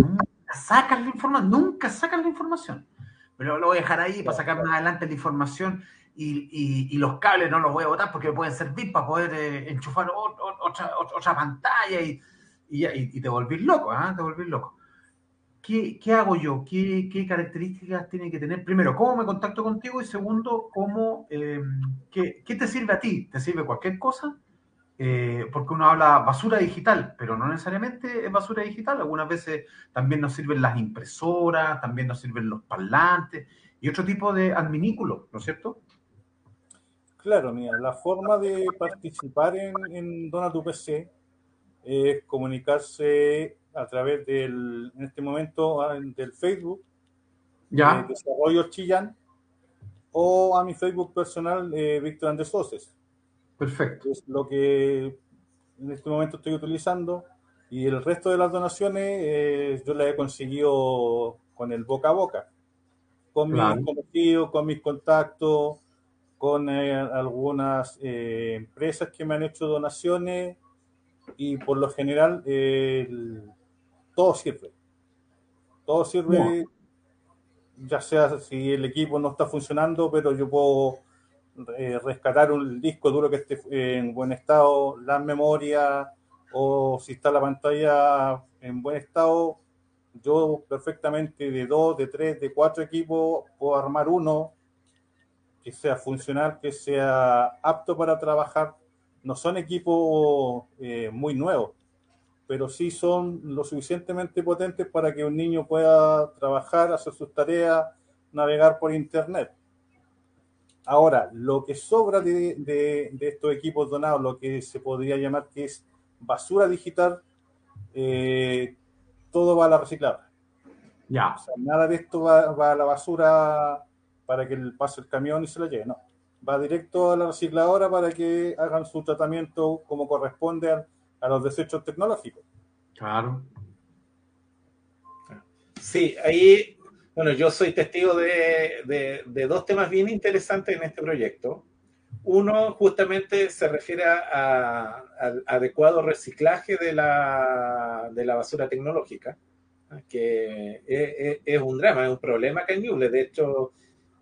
Nunca sacas la información. Pero lo voy a dejar ahí para sacar más adelante la información. Y los cables no los voy a botar porque pueden servir para poder enchufar otra pantalla y te volvís loco, ¿eh? Te volvís loco. ¿Qué hago yo? ¿Qué características tiene que tener? Primero, ¿cómo me contacto contigo? Y segundo, ¿qué te sirve a ti? ¿Te sirve cualquier cosa? Porque uno habla basura digital, pero no necesariamente es basura digital. Algunas veces también nos sirven las impresoras, también nos sirven los parlantes y otro tipo de adminículos, ¿no es cierto? Claro, mira, la forma de participar en Dona tu PC es comunicarse a través en este momento, del Facebook, Ya, Desarrollo Chillán, o a mi Facebook personal, Víctor Andrés Soces. perfecto. Es lo que en este momento estoy utilizando, y el resto de las donaciones yo las he conseguido con el boca a boca, con Claro. mis conocidos, con mis contactos, con algunas empresas que me han hecho donaciones, y por lo general todo sirve. Todo sirve, ya sea si el equipo no está funcionando, pero yo puedo rescatar un disco duro que esté en buen estado, la memoria, o si está la pantalla en buen estado, yo perfectamente de 2, de 3, de 4 equipos puedo armar uno que sea funcional, que sea apto para trabajar. No son equipos muy nuevos, pero sí son lo suficientemente potentes para que un niño pueda trabajar, hacer sus tareas, navegar por internet. Ahora, lo que sobra de estos equipos donados, lo que se podría llamar que es basura digital, todo va a la recicladora. Ya. O sea, nada de esto va a la basura para que pase el camión y se lo lleve, no. Va directo a la recicladora para que hagan su tratamiento como corresponde a los desechos tecnológicos. Claro. Sí, ahí, bueno, yo soy testigo de dos temas bien interesantes en este proyecto. Uno justamente se refiere al adecuado reciclaje de la basura tecnológica, que es un drama, es un problema acá en Ñuble. De hecho,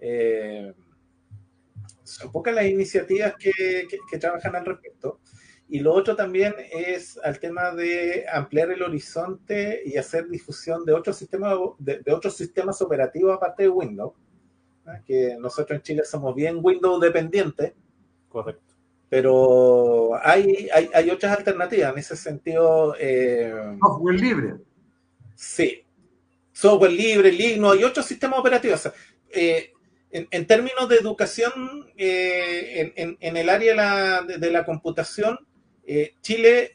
son pocas las iniciativas que trabajan al respecto. Y lo otro también es al tema de ampliar el horizonte y hacer difusión de otros sistemas operativos aparte de Windows, ¿no? Que nosotros en Chile somos bien Windows dependientes. Correcto. Pero hay otras alternativas en ese sentido. Software libre. Sí, software libre, Linux y otros sistemas operativos. O sea, en términos de educación, en el área de la computación, Chile,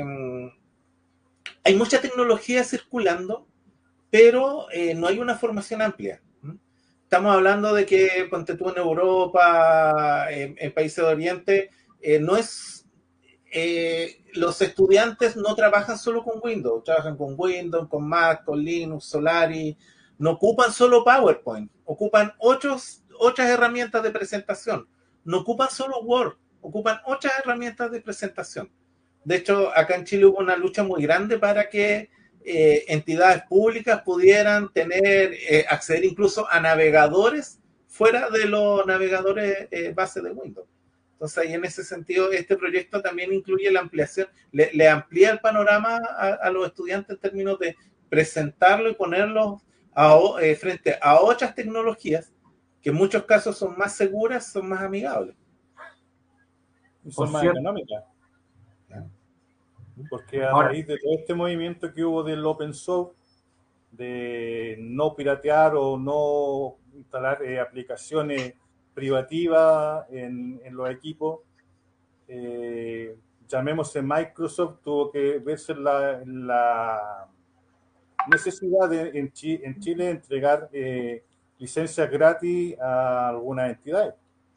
hay mucha tecnología circulando, pero no hay una formación amplia. Estamos hablando de que, ponte tú en Europa, en países de Oriente, no es... los estudiantes no trabajan solo con Windows, trabajan con Windows, con Mac, con Linux, Solaris, no ocupan solo PowerPoint, ocupan otras herramientas de presentación, no ocupan solo Word, ocupan otras herramientas de presentación. De hecho, acá en Chile hubo una lucha muy grande para que entidades públicas pudieran acceder incluso a navegadores fuera de los navegadores base de Windows. Entonces, ahí en ese sentido, este proyecto también incluye la ampliación, le amplía el panorama a los estudiantes en términos de presentarlo y ponerlo frente a otras tecnologías que en muchos casos son más seguras, son más amigables. Y son más económicas. Porque a raíz de todo este movimiento que hubo del open source, de no piratear o no instalar aplicaciones privativas en los equipos, llamémosle Microsoft, tuvo que verse la necesidad de en Chile entregar licencias gratis a algunas entidades.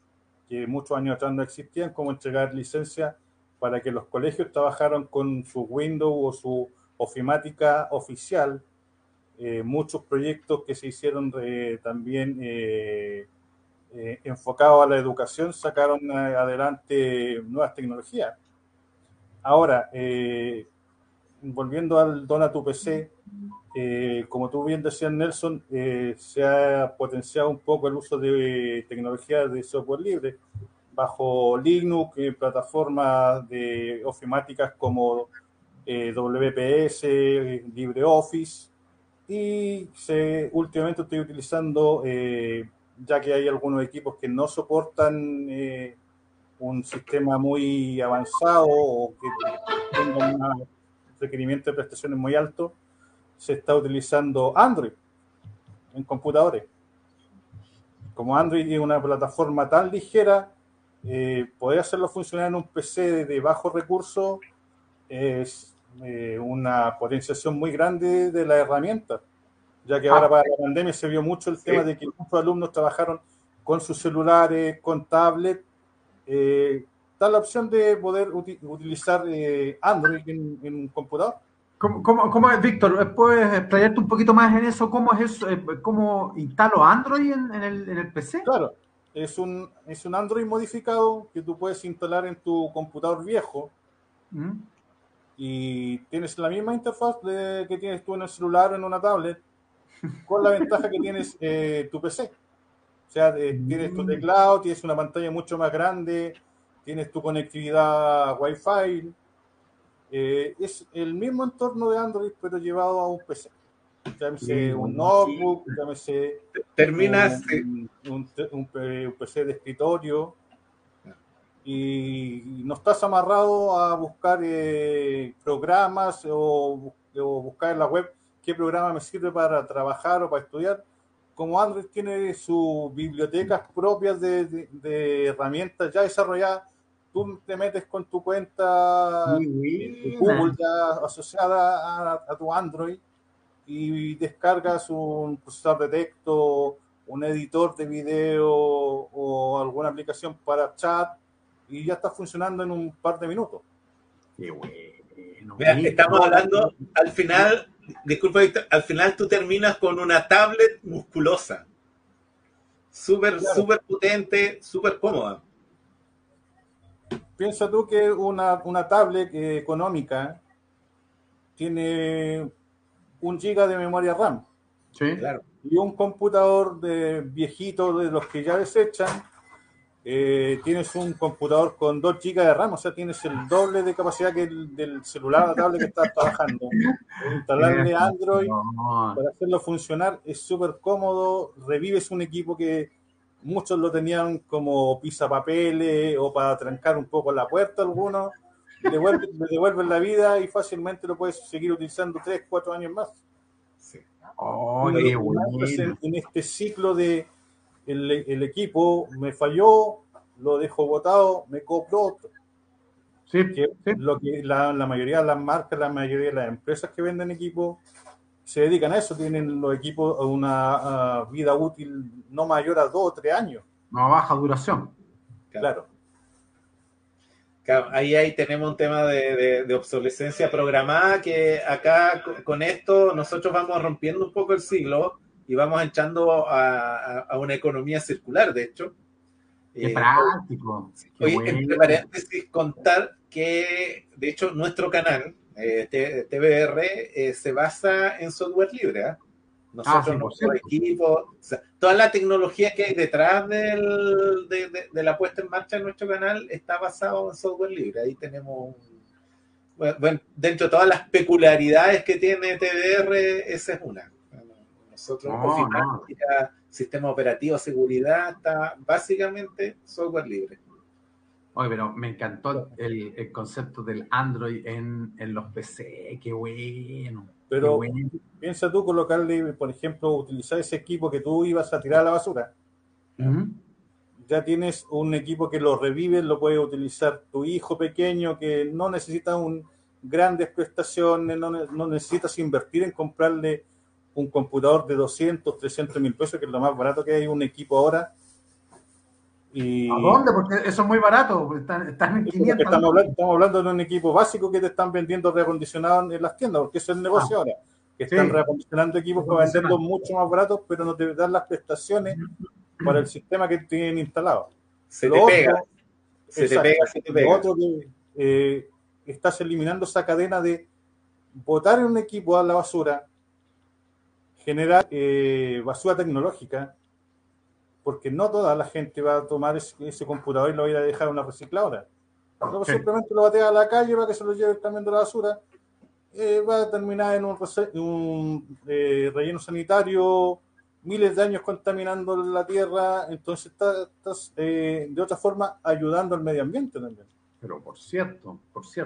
que muchos años atrás no existían, como entregar licencias para que los colegios trabajaran con su Windows o su ofimática oficial. Muchos proyectos que se hicieron también enfocados a la educación sacaron adelante nuevas tecnologías. Ahora, volviendo al Dona tu PC, como tú bien decías, Nelson, se ha potenciado un poco el uso de tecnologías de software libre bajo Linux, plataformas de ofimáticas como WPS, LibreOffice, y últimamente estoy utilizando, ya que hay algunos equipos que no soportan un sistema muy avanzado o que tenga un requerimiento de prestaciones muy alto, se está utilizando Android en computadores. Como Android es una plataforma tan ligera, poder hacerlo funcionar en un PC de bajo recurso es una potenciación muy grande de la herramienta, ya que ahora para la pandemia se vio mucho el tema de que muchos alumnos trabajaron con sus celulares, con tablet. Está la opción de poder utilizar Android en un computador. ¿Cómo es, Víctor? ¿Puedes explayarte un poquito más en eso? ¿Cómo es eso? ¿Cómo instalo Android en el PC? Claro, es un Android modificado que tú puedes instalar en tu computador viejo. Y tienes la misma interfaz que tienes tú en el celular o en una tablet, con la ventaja que tienes tu PC. O sea, tienes tu teclado, tienes una pantalla mucho más grande, tienes tu conectividad Wi-Fi. Es el mismo entorno de Android, pero llevado a un PC. Llámese un notebook, llámese un PC de escritorio. Y no estás amarrado a buscar programas o buscar en la web qué programa me sirve para trabajar o para estudiar. Como Android tiene sus bibliotecas propias de herramientas ya desarrolladas, tú te metes con tu cuenta de Google ya asociada a tu Android y descargas un procesador de texto, un editor de video o alguna aplicación para chat, y ya está funcionando en un par de minutos. Qué bueno. Mira, estamos hablando, al final, disculpa Víctor, al final tú terminas con una tablet musculosa. Súper potente, súper cómoda. Piensa tú que una tablet económica tiene 1 GB de memoria RAM. Sí, claro. Y un computador viejito de los que ya desechan, tienes un computador con 2 GB de RAM, o sea, tienes el doble de capacidad que del celular o la tablet que estás trabajando. Instalarle Android para hacerlo funcionar es súper cómodo. Revives un equipo que muchos lo tenían como pisapapeles o para trancar un poco la puerta algunos. Le devuelven la vida y fácilmente lo puedes seguir utilizando 3, 4 años más. Sí. Qué bueno. En este ciclo de el equipo me falló, lo dejo botado, me compro otro. Sí, Lo que la mayoría de las marcas, la mayoría de las empresas que venden equipos se dedican a eso, tienen los equipos a una vida útil no mayor a 2 o 3 años. No, baja duración. Claro. Ahí tenemos un tema de obsolescencia programada que acá con esto nosotros vamos rompiendo un poco el siglo y vamos echando a una economía circular, de hecho. Qué práctico. Oye, entre paréntesis, contar que, de hecho, nuestro canal, TBR, se basa en software libre. Nosotros, nuestro equipo, o sea, toda la tecnología que hay detrás de la puesta en marcha de nuestro canal está basado en software libre. Ahí tenemos, bueno, dentro de todas las peculiaridades que tiene TBR, esa es una. Nosotros, sistema operativo, seguridad, está básicamente software libre. Oye, pero me encantó el concepto del Android en los PC, qué bueno. Pero qué bueno. Piensa tú colocarle, por ejemplo, utilizar ese equipo que tú ibas a tirar a la basura. Ya tienes un equipo que lo revive, lo puede utilizar tu hijo pequeño que no necesita grandes prestaciones, no necesitas invertir en comprarle un computador de 200, 300 mil pesos, que es lo más barato que hay un equipo ahora. Y ¿A dónde? Porque eso es muy barato. Están en 500. estamos hablando de un equipo básico que te están vendiendo reacondicionados en las tiendas, porque eso es el negocio ahora. Que están reacondicionando equipos para venderlos mucho más baratos, pero no te dan las prestaciones para el sistema que tienen instalado. Se te pega. Lo otro que estás eliminando esa cadena de botar un equipo a la basura, generar basura tecnológica, porque no toda la gente va a tomar ese computador y lo va a ir a dejar a una recicladora. Simplemente lo batea a la calle para que se lo lleve el camión de la basura. Va a terminar en un relleno sanitario, miles de años contaminando la tierra. Entonces estás de otra forma ayudando al medio ambiente también. Pero por cierto.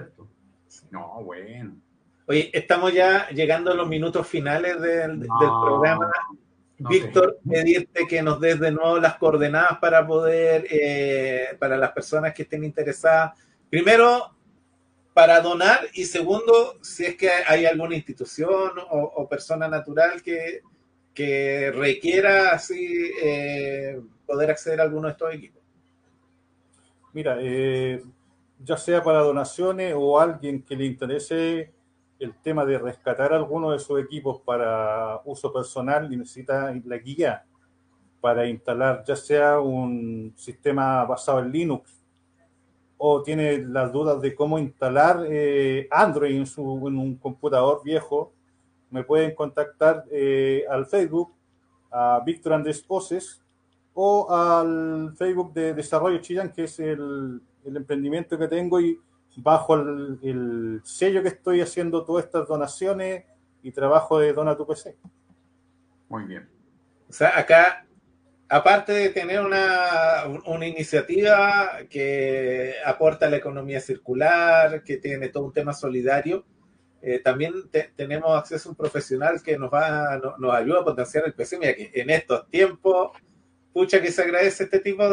No, bueno. Oye, estamos ya llegando a los minutos finales del programa. Víctor, pedirte que nos des de nuevo las coordenadas para poder, para las personas que estén interesadas, primero, para donar, y segundo, si es que hay alguna institución o persona natural que requiera así poder acceder a alguno de estos equipos. Mira, ya sea para donaciones o alguien que le interese el tema de rescatar alguno de sus equipos para uso personal y necesita la guía para instalar ya sea un sistema basado en Linux o tiene las dudas de cómo instalar Android en un computador viejo, me pueden contactar al Facebook, a Víctor Andrés Poses, o al Facebook de Desarrollo Chillán, que es el emprendimiento que tengo, y bajo el sello que estoy haciendo todas estas donaciones y trabajo de Dona tu PC. Muy bien. O sea, acá, aparte de tener una iniciativa que aporta a la economía circular, que tiene todo un tema solidario, también tenemos acceso a un profesional que nos ayuda a potenciar el PC. Mira que en estos tiempos, pucha que se agradece este tipo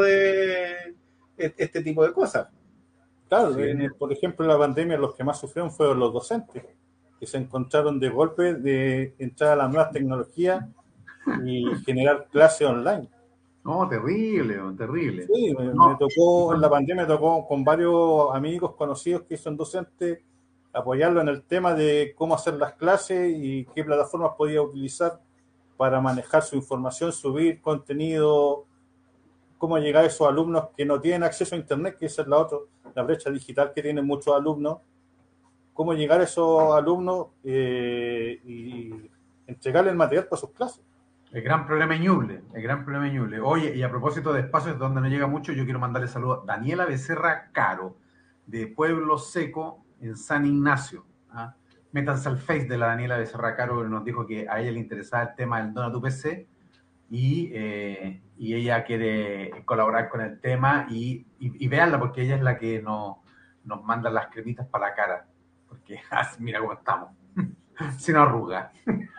de cosas. Claro, por ejemplo, en la pandemia los que más sufrieron fueron los docentes, que se encontraron de golpe de entrar a las nuevas tecnologías y generar clases online. No, terrible. Sí, me tocó, en la pandemia me tocó con varios amigos conocidos que son docentes, apoyarlo en el tema de cómo hacer las clases y qué plataformas podía utilizar para manejar su información, subir contenido, cómo llegar a esos alumnos que no tienen acceso a Internet, que esa es la brecha digital que tienen muchos alumnos, cómo llegar a esos alumnos y entregarles el material para sus clases. El gran problema es Ñuble. Oye, y a propósito de espacios donde no llega mucho, yo quiero mandarle saludos a Daniela Becerra Caro, de Pueblo Seco, en San Ignacio. Métanse al Face de la Daniela Becerra Caro, que nos dijo que a ella le interesaba el tema del Dona tu PC, y ella quiere colaborar con el tema y véanla, porque ella es la que nos manda las cremitas para la cara, porque mira cómo estamos, sin arruga.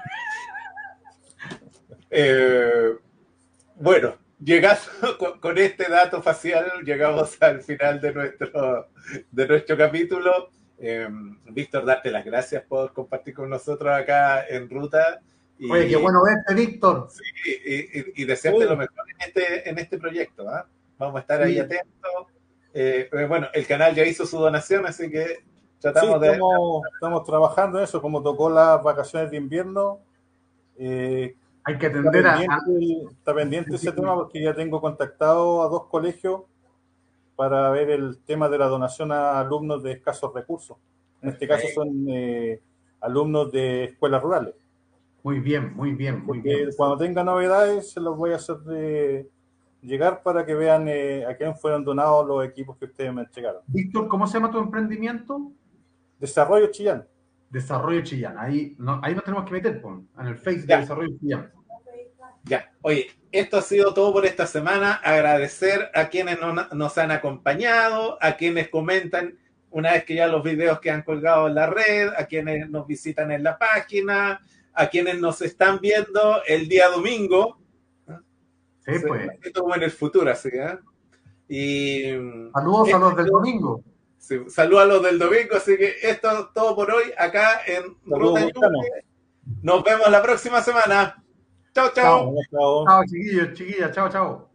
Bueno, llegando con este dato facial, llegamos al final de nuestro capítulo. Víctor, darte las gracias por compartir con nosotros acá en Ruta. Oye, qué bueno verte, Víctor. Sí, y desearte lo mejor en este proyecto. Vamos a estar ahí atentos. Bueno, el canal ya hizo su donación, así que estamos trabajando en eso. Como tocó las vacaciones de invierno, hay que atender está pendiente ese tema, porque ya tengo contactado a 2 colegios para ver el tema de la donación a alumnos de escasos recursos. En este caso son alumnos de escuelas rurales. Muy bien. Cuando tenga novedades se los voy a hacer llegar para que vean a quién fueron donados los equipos que ustedes me entregaron. Víctor, ¿cómo se llama tu emprendimiento? Desarrollo Chillán. Desarrollo Chillán. Ahí nos tenemos que meter, en el Facebook de Desarrollo Chillán. Ya, oye, esto ha sido todo por esta semana. Agradecer a quienes nos han acompañado, a quienes comentan una vez que ya los videos que han colgado en la red, a quienes nos visitan en la página, a quienes nos están viendo el día domingo. Sí, pues. Esto como en el futuro, así, Y saludos a los del domingo. Sí, saludos a los del domingo, así que esto es todo por hoy acá en Ruta Ñuble. Nos vemos la próxima semana. Chao. Chao, chiquillos, chiquillas. Chao.